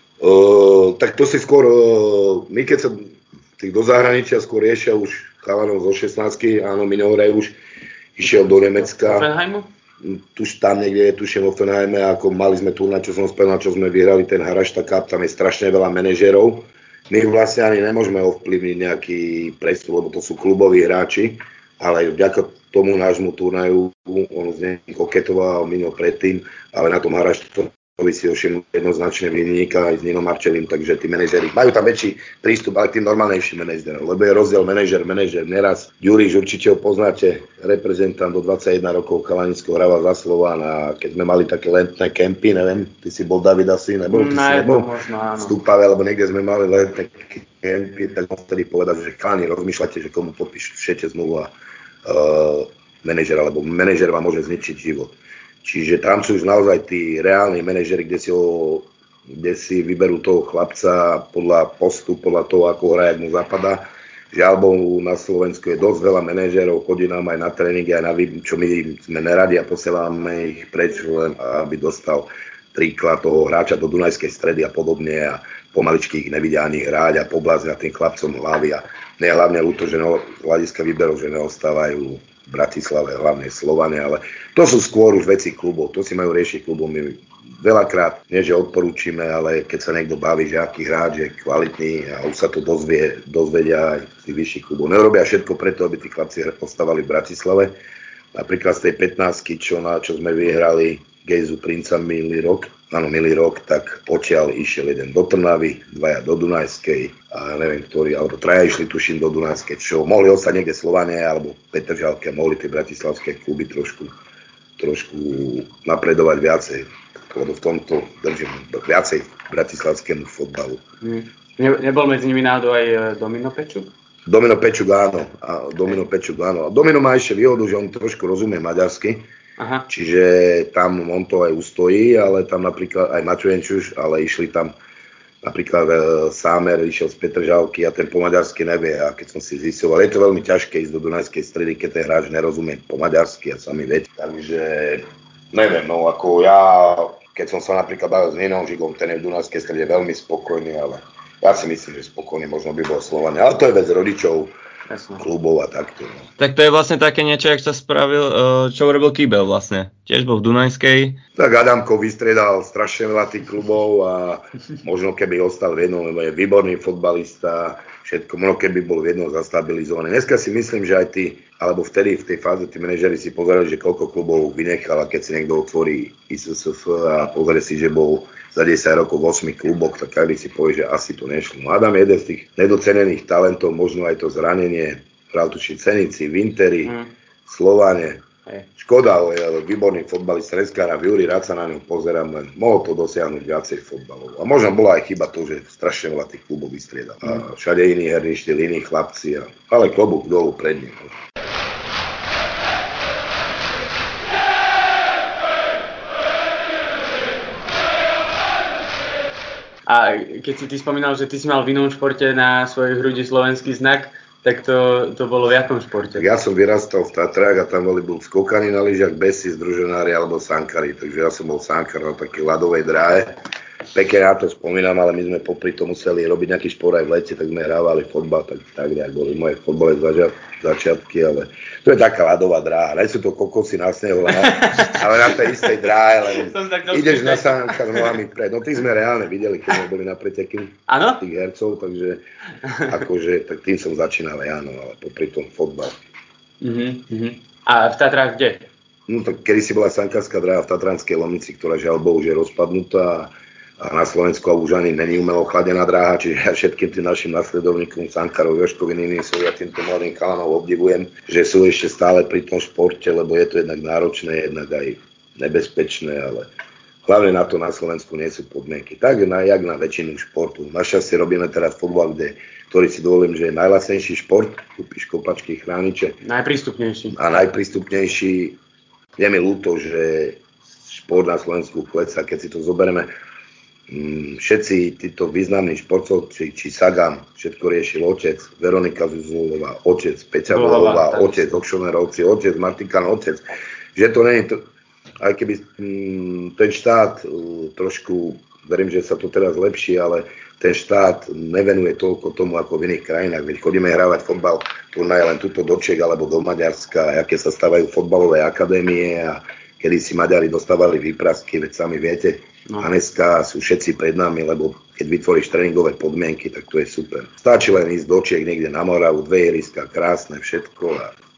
Tak to si skôr, my keď sa tých do zahraničia skôr riešia už chalanov zo 16, áno, Minohrej už išiel do Nemecka. Offenheimu? Tuž tam niekde je, tuším v Offenheime, ako mali sme turnaj, čo som spomínal, čo sme vyhrali ten Harašta Cup, tam je strašne veľa manažerov. My vlastne ani nemôžeme ovplyvniť nejaký prestup, lebo to sú kluboví hráči, ale vďaka tomu nášmu turnaju on z nej koketoval minul predtým, ale na tom Haraštovi si ho všimnú jednoznačne vyniká aj s Ninom Marčelím, takže tí manažeri majú tam väčší prístup, ale tým normálnejší manažer, lebo je rozdiel manažer, neraz. Ďuriš, určite ho poznáte, reprezentant do 21 rokov Chalanického, hrával za Slován a keď sme mali také letné kempy, neviem, ty si bol David asi, nebol? Vstúpavé, alebo niekde sme mali letné kempy, tak on vtedy povedal, že chalani, rozmýšľate, že komu podpíšete zmluvu a manažer, alebo manažer vám môže zničiť život. Čiže tam sú už naozaj tí reálni manažeri, kde si vyberú toho chlapca podľa postu, podľa toho, ako hra, jak mu zapadá. Žiaľ, na Slovensku je dosť veľa manažerov, chodí nám aj na tréningy, aj na čo my sme neradi a posielame ich preč, len aby dostal príklad toho hráča do Dunajskej Stredy a podobne a pomaličky ich nevidia ani hrať a pobláznia tým chlapcom hlavy a nie hlavne ľúto, že z hľadiska výberov, že neostávajú v Bratislave, hlavne Slovane, ale to sú skôr už veci klubov, to si majú riešiť klubov. My veľakrát, nie že odporúčime, ale keď sa niekto baví, že aký hráč je kvalitný a už sa to dozvedia aj z tých vyšších klubov. Nerobia všetko preto, aby tí chlapci ostávali v Bratislave. Napríklad z tej 15-ky, čo sme vyhrali Gejzu Princa minulý rok, tak odtiaľ išiel jeden do Trnavy, dvaja do Dunajskej a neviem ktorý, alebo traja išli tuším do Dunajskej, čo mohli ostať niekde Slovane alebo Petržalke, mohli tie bratislavské kluby trošku napredovať viacej, lebo v tomto držím viacej bratislavskému fotbalu. Nebol medzi nimi náhodou aj Domino Pečuk? Domino Pečuk áno. Domino má ešte výhodu, že on trošku rozumie maďarsky. Aha. Čiže tam on to aj ustojí, ale tam napríklad aj Mačujenčuš, ale išli tam napríklad Sámer, išiel z Petržalky a ten po maďarsky nevie a keď som si zistoval, je to veľmi ťažké ísť do Dunajskej Stredy, keď ten hráč nerozumie po maďarsky a sami viete. Takže neviem, no ako ja, keď som sa napríklad bavil s Ninom Žigom, ten je v Dunajskej Strede veľmi spokojný, ale ja si myslím, že spokojný možno by bol Slovane, ale to je vec rodičov, klubov a takto. Tak to je vlastne také niečo, jak sa spravil, čo urobil Kýbel vlastne. Tiež bol v Dunajskej. Tak Adamko vystriedal strašne veľa tých klubov a možno keby ostal v jednom, lebo je výborný fotbalista, všetko, možno keby bol v jednom zastabilizovaný. Dneska si myslím, že aj tí, alebo vtedy v tej fáze tí manažeri si pozerali, že koľko klubov vynechal a keď si niekto otvorí ISSF a pozrie si, že bol za 10 rokov v 8 kluboch, tak každý si povie, že asi to nešlo. Adam je jeden z tých nedocenených talentov, možno aj to zranenie, hral tuším Cenici, v Interi, Slováne. Škoda, ale výborný fotbalista, dneska na Juri rád sa na ňu pozerám, len mohol to dosiahnuť viacej fotbalov. A možno bola aj chyba to, že strašne veľa tých klubov vystriedal. A všade iný herný štýl, iní chlapci, ale klobúk dolu pred ním. A keď si ty spomínal, že ty si mal v inom športe na svojej hrudi slovenský znak, tak to bolo v jakom športe? Ja som vyrastal v Tatrách a tam boli buď skokani na lyžiach, besy, združenári alebo sankari. Takže ja som bol sankar na takej ľadovej dráhe. Pekne na to spomínam, ale my sme popri to museli robiť nejaký šport aj v lete, tak sme hrávali fotbal, tak nejak boli moje fotbalové začiatky, ale to je taká ľadová dráha. Nie sú to kokosy na snehu, ale na tej istej dráhe, len ideš na sánkach nohami pred. No tých sme reálne videli, keď sme boli na preteky tých hercov, takže akože tak tým som začínal ja, no, ale popri tom fotbal. A v Tatrách kde? No tak kedy si bola sankárska dráha v Tatranskej Lomnici, ktorá žiaľ Bohu už je rozpadnutá a na Slovensku už ani není umelo chladená dráha, čiže ja všetkým tým našim nasledovníkom Sankárov, Jožkovi, Ninisovi a týmto mladým chalanov obdivujem, že sú ešte stále pri tom športe, lebo je to jednak náročné, jednak aj nebezpečné, ale hlavne na to na Slovensku nie sú podmienky. Tak jak na väčšinu športu. Našťastie robíme teraz futbal, ktorý si dovolím, že je najlacnejší šport, kúpiš kopačky, chrániče. Najprístupnejší. A najprístupnejší. Je mi ľúto, že šport na Slovensku klesá, keď si to zoberieme. Všetci títo významní športovci, či Sagan, všetko riešil otec, Veronika Zuzulová, otec, Peťa Volová, otec, Okšonerovci, otec, Martikán, otec. Že to nie je to, aj keby ten štát trošku, verím, že sa to teraz lepší, ale ten štát nevenuje toľko tomu, ako v iných krajinách. Veď chodíme hrávať fotbal, turnaj len tuto do Čech alebo do Maďarska, aké sa stavajú fotbalové akadémie a kedy si Maďari dostávali výprasky, veď sami viete. No. A dneska sú všetci pred nami, lebo keď vytvoríš tréningové podmienky, tak to je super. Stačí len ísť do Čiech niekde na Moravu, 2 ihriska, krásne, všetko a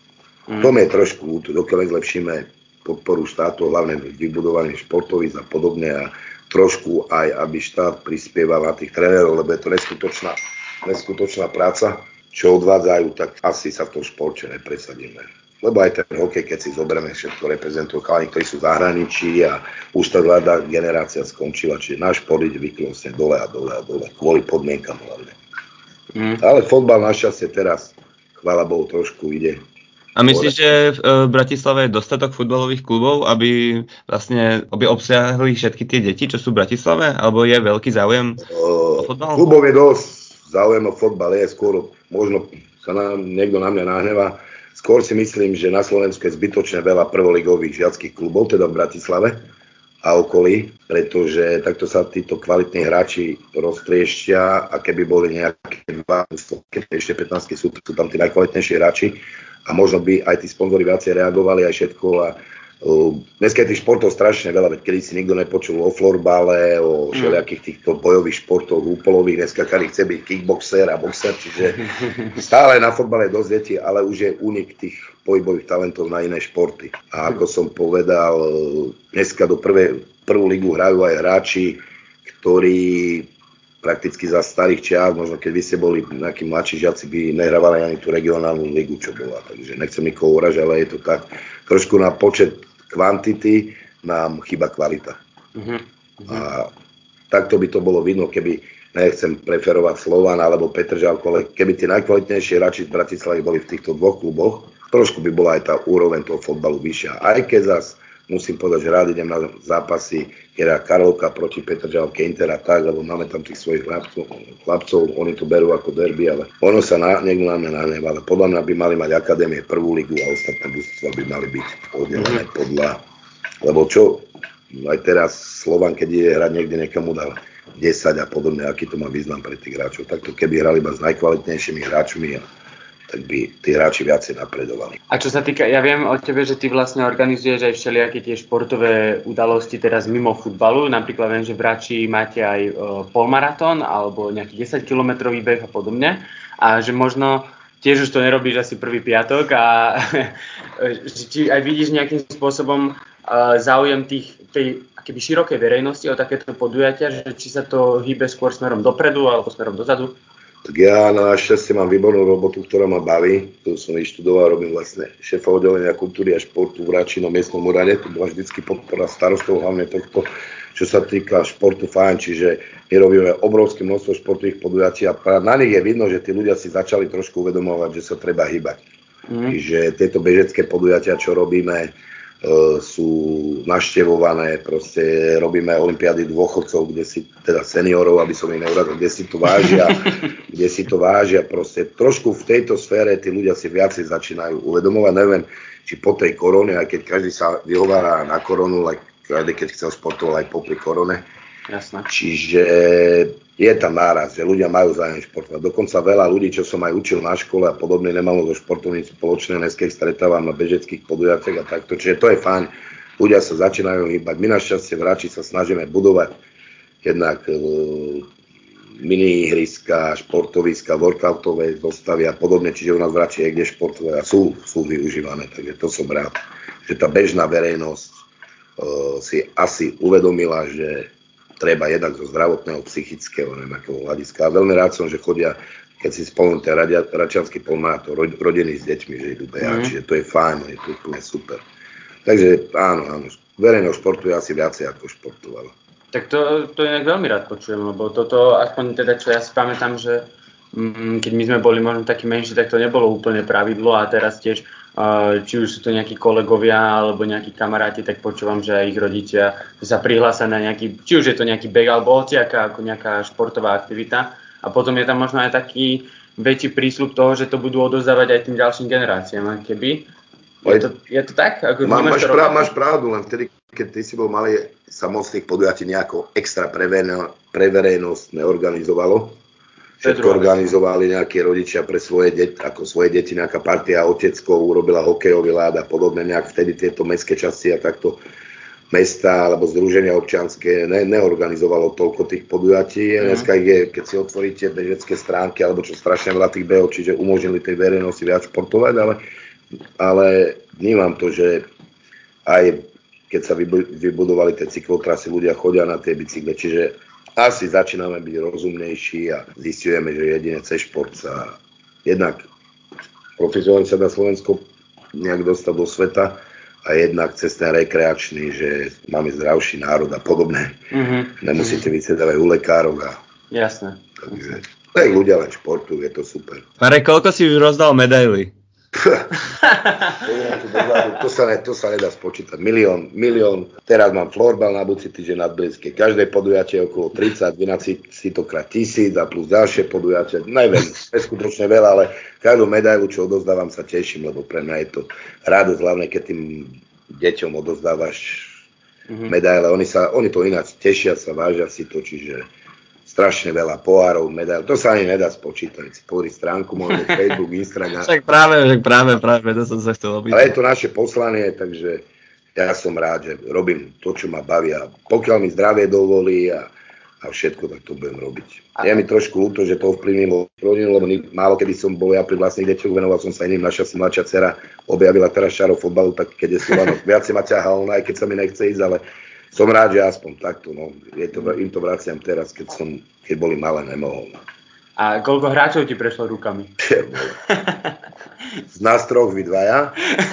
To mi je trošku, dokiaľ zlepšíme podporu štátu, hlavne vybudovanie športovíc a podobne a trošku aj, aby štát prispieval na tých trénerov, lebo je to neskutočná práca, čo odvádzajú, tak asi sa v tom športe nepresadíme. Lebo aj ten hokej, keď si zoberieme, všetko reprezentujú chalani, ktorí sú v zahraničí a už tá vláda generácia skončila, čiže náš šport ide výkonnostne dole a dole, kvôli podmienkam hlavne. Ale fotbal našťastie teraz, chvála Bohu, trošku ide. A myslíš, že v Bratislave je dostatok futbalových klubov, aby obsiahli všetky tie deti, čo sú v Bratislave? Alebo je veľký záujem o fotbal? Klubov je dosť, záujem o fotbal je skôr, možno sa niekto na mňa nahnevá, skôr si myslím, že na Slovensku je zbytočne veľa prvoligových žiackých klubov, teda v Bratislave a okolí, pretože takto sa títo kvalitní hráči roztriešťia a keby boli nejaké ešte 15 sú tam tí najkvalitnejší hráči, a možno by aj tí sponzori viacej reagovali aj všetko a dneska je tých športov strašne veľa, veď kedy si nikto nepočul o florbale, o všelijakých týchto bojových športov úpolových, dneska každý chce byť kickboxer a boxer, čiže stále na fotbale je dosť detí, ale už je únik tých pohybových talentov na iné športy. A ako som povedal, dneska do prvú ligu hrajú aj hráči, ktorí prakticky za starých čias, možno keď vy ste boli nejakí mladší žiaci, by nehrávali ani tú regionálnu ligu, čo bola. Takže nechcem nikoho uražať, ale je to tak. Trošku na počet kvantity nám chýba kvalita. A takto by to bolo vidno, keby, nechcem preferovať Slovan alebo Petržalku, ale keby tie najkvalitnejšie hráči z Bratislavy boli v týchto dvoch kluboch, trošku by bola aj tá úroveň toho fotbalu vyššia. Aj keď zas musím povedať, že rád idem na zápasy, keď Karolka proti Petržalke, Inter a tak, lebo máme tam tých svojich chlapcov, oni to berú ako derby, ale ono sa niekto na mňa nahnevá, ale podľa mňa by mali mať akadémie prvú ligu a ostatné družstvá by mali byť oddelené podľa, lebo čo, aj teraz Slovan, keď ide hrať niekde niekomu dá 10 a podobne, aký to má význam pre tých hráčov. Takto keby hrali iba s najkvalitnejšími hráčmi, tak by tí hráči viacej napredovali. A čo sa týka, ja viem od tebe, že ty vlastne organizuješ aj všelijaké tie športové udalosti teraz mimo futbalu, napríklad viem, že v Rači máte aj polmaratón alebo nejaký 10-kilometrový beh a podobne a že možno tiež už to nerobíš asi prvý piatok a či aj vidíš nejakým spôsobom záujem tej akéby širokej verejnosti o takéto podujatia, že či sa to hýbe skôr smerom dopredu alebo smerom dozadu? Tak ja na šťastie mám výbornú robotu, ktorá ma baví. Tu som vyštudoval, robím vlastne šéfa oddelenia kultúry a športu v Rači na miestnom úrade. Tu bola vždycky podpora starostov, hlavne tohto, čo sa týka športu fajn. Čiže my robíme obrovské množstvo športových podujatí a na nich je vidno, že tí ľudia si začali trošku uvedomovať, že sa treba hýbať. Čiže tieto bežecké podujatia, čo robíme, sú naštevované, proste robíme olympiády dôchodcov, kde si, teda seniorov, aby som ich neurazil, kde si to vážia, proste trošku v tejto sfére tí ľudia si viacej začínajú uvedomovať, neviem, či po tej korone, aj keď každý sa vyhovára na koronu, aj každý, keď chcel športovať aj popri korone. Jasné. Čiže je tam náraz, že ľudia majú záujem športovať. Dokonca veľa ľudí, čo som aj učil na škole a podobne, nemalo zo športovní spoločné, dneska ich stretávam na bežeckých podujatiach a takto. Čiže to je fajn. Ľudia sa začínajú hýbať. My našťastie v Rači sa snažíme budovať jednak mini ihriska, športoviska, workoutové zostavy a podobne. Čiže u nás v Rači je kde športové a sú využívané. Takže to som rád, že tá bežná verejnosť si asi uvedomila, že treba jednak zo zdravotného, psychického, neviem akého hľadiska. A veľmi rád som, že chodia, keď si spomínam ten račiansky polmaratón, rodiny s deťmi, že idú behať, čiže to je fajn, je to úplne super. Takže áno, verejného športu je asi viacej ako športovalo. Tak to inak veľmi rád počujem, lebo toto, aspoň teda, čo ja si pamätám, že keď my sme boli možno takí menší, tak to nebolo úplne pravidlo a teraz tiež či už sú to nejakí kolegovia alebo nejakí kamaráti, tak počúvam, že aj ich rodičia sa prihlásia na nejaký, či už je to nejaký beh alebo hociaká ako nejaká športová aktivita a potom je tam možno aj taký väčší prísľub toho, že to budú odovzdávať aj tým ďalším generáciám. Keby je to tak? Ako máš pravdu, len vtedy, keď ty si bol malý, sa moc tých podujatí nejako extra pre verejnosť neorganizovalo. Všetko organizovali nejakí rodičia pre svoje deti, nejaká partia oteckov urobila hokejový ľad a podobne, nejak vtedy tieto mestské časti a takto mesta alebo združenia občianske neorganizovalo toľko tých podujatí. Dneska je, keď si otvoríte bežecké stránky alebo čo strašne veľa tých behov, čiže umožnili tej verejnosti viac športovať, ale ale vnímam to, že aj keď sa vybudovali tie cyklotrasy, ľudia chodia na tie bicykle, čiže asi začíname byť rozumnejší a zistujeme, že jedine cez šport sa jednak profesionálne sa na Slovensko nejak dostať do sveta a jednak cez ten rekreačný, že máme zdravší národ a podobné. Nemusíte vysedávať u lekárov a... Jasné. Takže tak ľudia len športujú, je to super. Marek, koľko si už rozdal medaily? To sa nedá spočítať. Milión. Teraz mám florbal na budúci týždeň nad Blízke. Každé podujatie okolo 30, vynáci si to krát 1000 a plus ďalšie podujatie. Neviem, neskutočne veľa, ale každú medailu, čo odozdávam, sa teším, lebo pre mňa je to radosť, hlavne keď tým deťom odozdávaš medaile. Oni to ináč tešia sa, vážia si to, čiže strašne veľa pohárov, medail. To sa ani nedá spočítať. Si pozri stránku môjho Facebook, Instagram. Však práve, to som sa chcel opýtať. Ale je to naše poslanie, takže ja som rád, že robím to, čo ma baví. A pokiaľ mi zdravie dovolí a všetko, tak to budem robiť. Je mi trošku ľúto, že to ovplyvnilo rodinu, lebo málo kedy som bol ja pri vlastných deťoch, venoval som sa iným. Naša mladšia dcera objavila teraz šárov fotbalu, tak keď je Slovanok. Viac ma ťahal, aj keď sa mi nechce ísť, ale som rád, že aspoň takto, no. Im to vraciam teraz, keď boli malé, nemohol. A koľko hráčov ti prešlo rukami? Z nás troch, vy dvaja.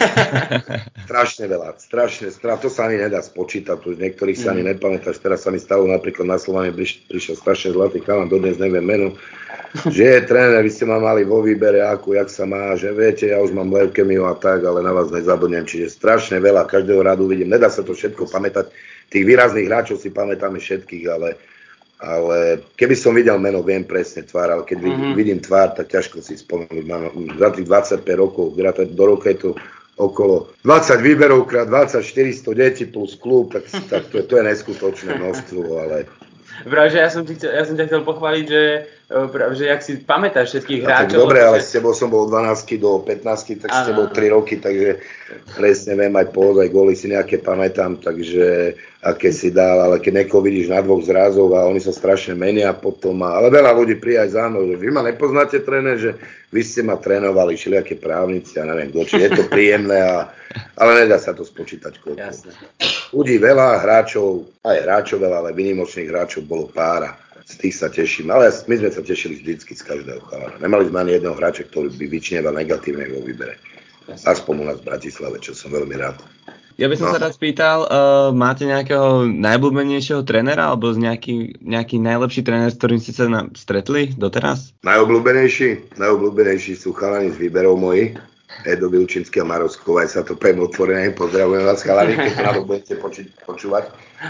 Strašne veľa, to sa ani nedá spočítať, už niektorých sa ani nepamätáš. Teraz sa mi stalo, napríklad na Slovane prišiel strašne zlatý chalan, dodnes neviem meno, že je tréner, vy ste ma mali vo výbere, jak sa má, že viete, ja už mám leukemiu a tak, ale na vás nezabudnem, čiže strašne veľa, každého rádu vidím, nedá sa to všetko pamätať. Tých výrazných hráčov si pamätáme všetkých, ale keby som videl meno, viem presne tvár, ale keď vidím tvár, tak ťažko si spomenúť. Mám za tých 25 rokov, do roka je to okolo 20 výberov krát 20, 400 detí plus klub, tak to je neskutočné množstvo, ale... Práve, že ja som ťa chcel pochváliť, že jak si pamätáš všetkých hráčov. Dobre, ale s tebou som bol od 12 do 15, tak s tebou 3 roky, takže presne viem aj aj góly si nejaké pamätám, takže aké si dal, ale keď niekoho vidíš na dvoch zrazoch a oni sa strašne menia potom, ale veľa ľudí príde aj za mnou, že vy ma nepoznáte, tréner, že vy ste ma trénovali, všelijaké právnici, ja neviem, či je to príjemné, ale nedá sa to spočítať koľko. Jasne. Ľudí veľa, hráčov veľa, ale výnimočných hráčov bolo pára. Z tých sa teším, ale my sme sa tešili vždycky z každého chalana. Nemali sme ani jedného hráča, ktorý by vyčnieval negatívne vo výbere. Aspoň u nás v Bratislave, čo som veľmi rád. Ja by som sa rád spýtal, máte nejakého najobľúbenejšieho trénera, alebo nejaký najlepší tréner, s ktorým ste sa stretli doteraz? Najobľúbenejší sú chalani z výberov mojich. Edo Vilčinský a Maro Skovaj, sa to poviem otvorené, pozdravujem vás chalani, keď to na to budete počúvať.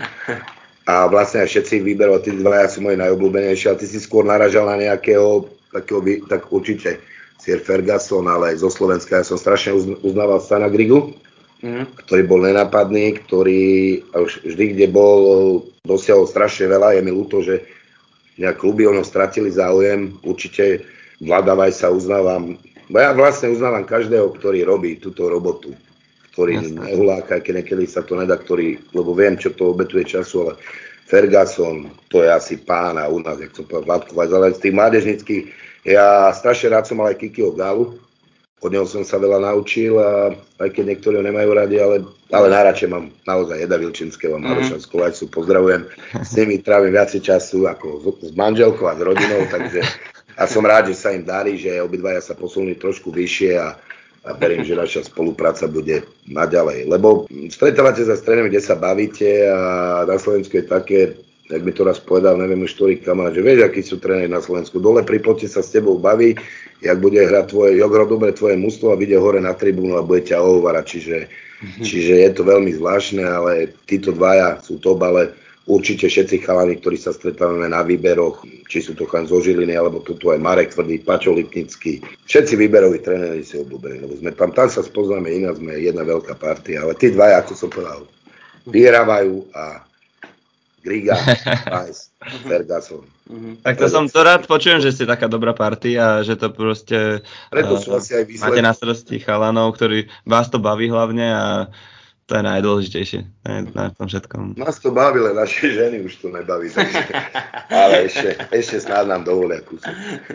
A vlastne aj všetci výberov, tí dvaja sú moji najobľúbenejší, ale ty si skôr naražal na nejakého, tak určite Sir Ferguson, ale aj zo Slovenska, ja som strašne uznával Stana Grigu, ktorý bol nenápadný, ktorý už vždy, kde bol, dosiahol strašne veľa, je mi ľúto, že nejak kluby o ňom stratili záujem, určite Vlada Vajsa uznávam. Ja vlastne uznávam každého, ktorý robí túto robotu, ktorý nehuláka, keď niekedy sa to nedá, lebo viem, čo to obetuje času, ale Ferguson, to je asi pána u nás, jak som povedal, Vládko Vajs, ale z tých mládežnických, ja strašne rád som mal aj Kikiho Gálu, od neho som sa veľa naučil, a aj keď niektorí ho nemajú radi, ale najradšej mám naozaj Eda Vilčinského a Maroša Skovajcu, pozdravujem, s nimi trávim viacej času ako s manželkou a s rodinou, takže a som rád, že sa im darí, že obidvaja sa posunuli trošku vyššie a verím, že naša spolupráca bude naďalej. Lebo stretávate sa s trénermi, kde sa bavíte a na Slovensku je také, jak mi to raz povedal, neviem už ktorý kamarát, že vieš, akí sú tréneri na Slovensku. Dole pri plote sa s tebou baví, jak bude hrať dobre tvoje mužstvo a vyjde hore na tribúnu a bude ťa ohovárať. Čiže je to veľmi zvláštne, ale títo dvaja sú top, ale určite všetci chalani, ktorí sa stretávame na výberoch, či sú to chalani zo Žiliny, alebo tu aj Marek Tvrdý, Paťo Lipnický. Všetci výberoví tréneri si obľúbení, lebo sme tam sa spoznáme, iná sme jedna veľká partia, ale tí dvaja, ako som povedal, vyhrávajú a Griga, Vajs, Ferguson. Tak to som to rád počujem, že ste taká dobrá partia a že to proste máte na starosti chalanov, ktorí vás to baví hlavne a to je najdôležitejšie na tom všetkom. Nás to baví, len naše ženy už to nebaví, takže, ale ešte snáď nám dovolia kúsok.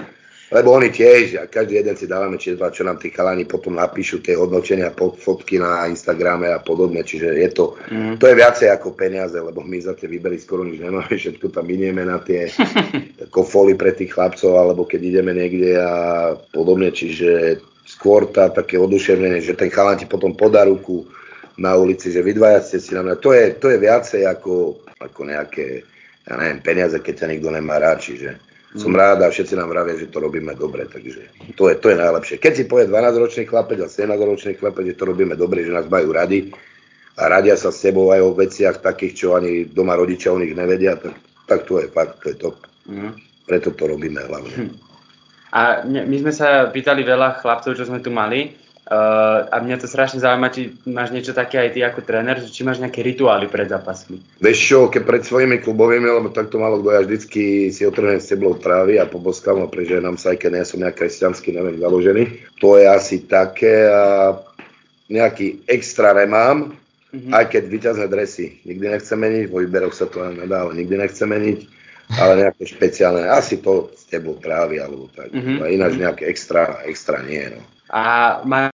Lebo oni tiež, a každý jeden si dávame čo nám tí chalani potom napíšu tie hodnotenia, fotky na Instagrame a podobne, čiže je to, to je viacej ako peniaze, lebo my za tie výbery skoro nič nemáme, všetko tam minieme na tie kofoly pre tých chlapcov, alebo keď ideme niekde a podobne, čiže skôr také oduševnenie, že ten chalan ti potom podá ruku na ulici, že vy dvaja ste si na mňa, to je viacej ako nejaké, ja neviem, peniaze, keď ťa nikto nemá rád, čiže som rád a všetci nám vravia, že to robíme dobre, takže to je najlepšie. Keď si povie 12-ročný chlapec a 17-ročný chlapec, že to robíme dobre, že nás majú radi a radia sa s sebou aj o veciach takých, čo ani doma rodičia o nich nevedia, tak to je fakt, to je top. Preto to robíme hlavne. A my sme sa pýtali veľa chlapcov, čo sme tu mali, a mňa to strašne zaujíma, či máš niečo také aj ty ako tréner, či máš nejaké rituály pred zápasmi. Vieš čo, keď pred svojimi klubovými, lebo takto málo kto, ja vždycky si otrhnem steblou trávy a poboskám a preženám sa, aj keď nie som nejak kresťanský, neviem, založený. To je asi také a nejaký extra nemám, aj keď víťazné dresy. Nikdy nechcem meniť, vo výberoch sa to nedá, ale nikdy nechcem meniť, ale nejaké špeciálne, asi to steblou trávy alebo tak. A ináč nejaké extra nie, no. A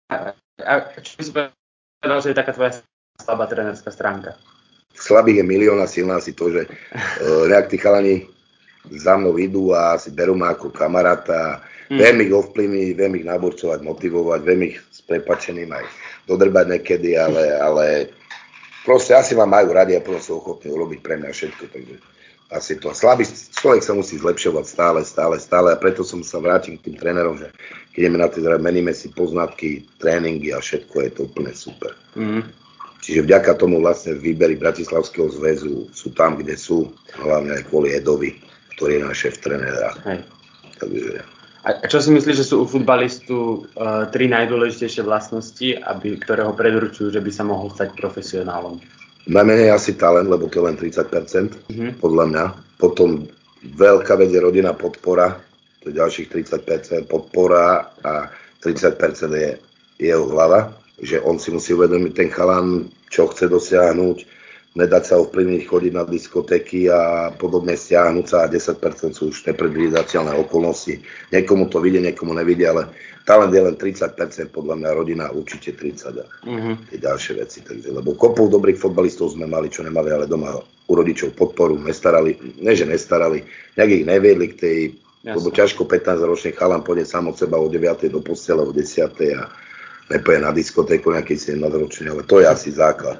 čo by si povedal, že je taká tvoja slabá trénerská stránka? Slabých je milión a silná si to, že nejak tí chalani za mnou idú a si berú ma ako kamaráta. Viem ich ovplyvniť, viem ich naborcovať, motivovať, viem ich s prepáčením aj dodrbať niekedy, ale proste asi ma majú radi a potom sú ochotní urobiť pre mňa všetko, takže asi to. Slabý človek sa musí zlepšovať stále a preto som sa vrátil k tým trénerom, že keď ideme na tie meníme si poznatky, tréningy a všetko, je to úplne super. Čiže vďaka tomu vlastne výbery Bratislavského zväzu sú tam, kde sú, hlavne aj kvôli Edovi, ktorý je náš šéf trénera. Takže... A čo si myslíš, že sú u futbalistu 3 najdôležitejšie vlastnosti, ktoré ho predurčujú, že by sa mohol stať profesionálom? Najmenej asi talent, lebo to je len 30%, podľa mňa. Potom veľká vec je rodinná podpora, to je ďalších 30%, podpora a 30% je jeho hlava, že on si musí uvedomiť ten chalan, čo chce dosiahnuť, nedať sa ovplyvniť, chodiť na diskotéky a podobne, stiahnuť sa a 10% sú už nepredvídateľné okolnosti. Niekomu to vidie, niekomu nevidie, ale talent je len 30%, podľa mňa rodina určite 30% a tie ďalšie veci. Takže, lebo kopu dobrých fotbalistov sme mali, čo nemali, ale doma u rodičov podporu, nestarali, nejak ich neviedli k tej, lebo ťažko 15-ročný chalan pôjde sám od seba od 9. do postele, od 10. a nepôjde na diskotéku nejaký 17-ročný, ale to je asi základ.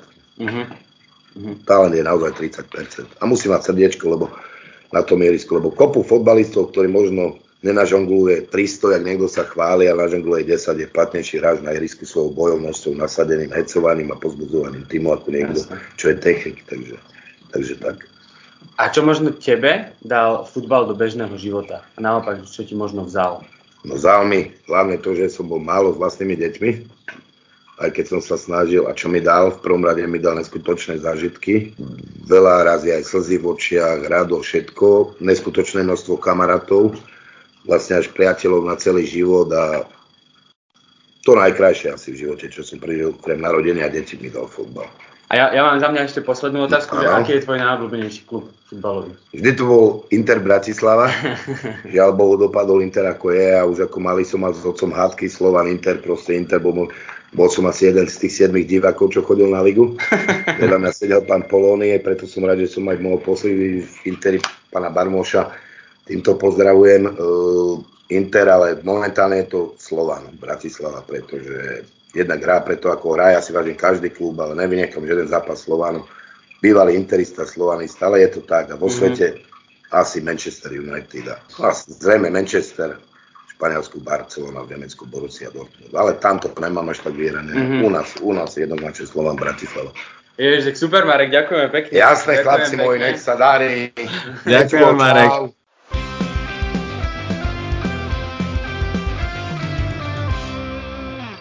Talent je naozaj 30%. A musí mať srdiečko, lebo na tom ihrisku, lebo kopu fotbalistov, ktorí možno nenažongluje 300, jak niekto sa chváli, a nažongluje 10, je platnejší hráč na ihrisku svojou bojovnosťou, nasadeným, hecovaním a pozbudzovaním týmu ako niekto, čo je technik. Takže tak. A čo možno tebe dal futbal do bežného života? A naopak, čo ti možno vzal? No vzal mi hlavne to, že som bol málo s vlastnými deťmi, aj keď som sa snažil, a čo mi dal, v prvom rade mi dal neskutočné zážitky, veľa razy aj slzy v očiach, radosť, všetko, neskutočné množstvo kamarátov, vlastne až priateľov na celý život a to najkrajšie asi v živote, čo som prežil, krem narodenia a deti mi dal futbal. A ja mám za mňa ešte poslednú otázku, že aký je tvoj najobľúbenejší klub futbalový? Vždy to bol Inter Bratislava, žiaľ Bohu dopadol Inter ako je a už ako malý som mal s otcom hádky Slovan Inter, proste Inter bol som asi jeden z tých 7 divákov, čo chodil na ligu. Vedľa mňa sedel pán Polónie, preto som rád, že som aj mohol posledný v Interi pána Barmoša. Týmto pozdravujem Inter, ale momentálne je to Slovan Bratislava, pretože jednak hrá preto, ako hrá, ja si vážim každý klub, ale nevynechám žiaden zápas Slovanu. Bývalý interista, slovanista, ale je to tak. A vo svete asi Manchester United. A zrejme Manchester, Španielsku Barcelona, v Nemecku Borussia Dortmund. Ale tamto nemám až tak vyhrané. U nás jednoznačne Slovan Bratislava. Ježiš, super Marek, ďakujeme pekne. Jasné, chlapci moji, nech sa darí. Ďakujem Marek.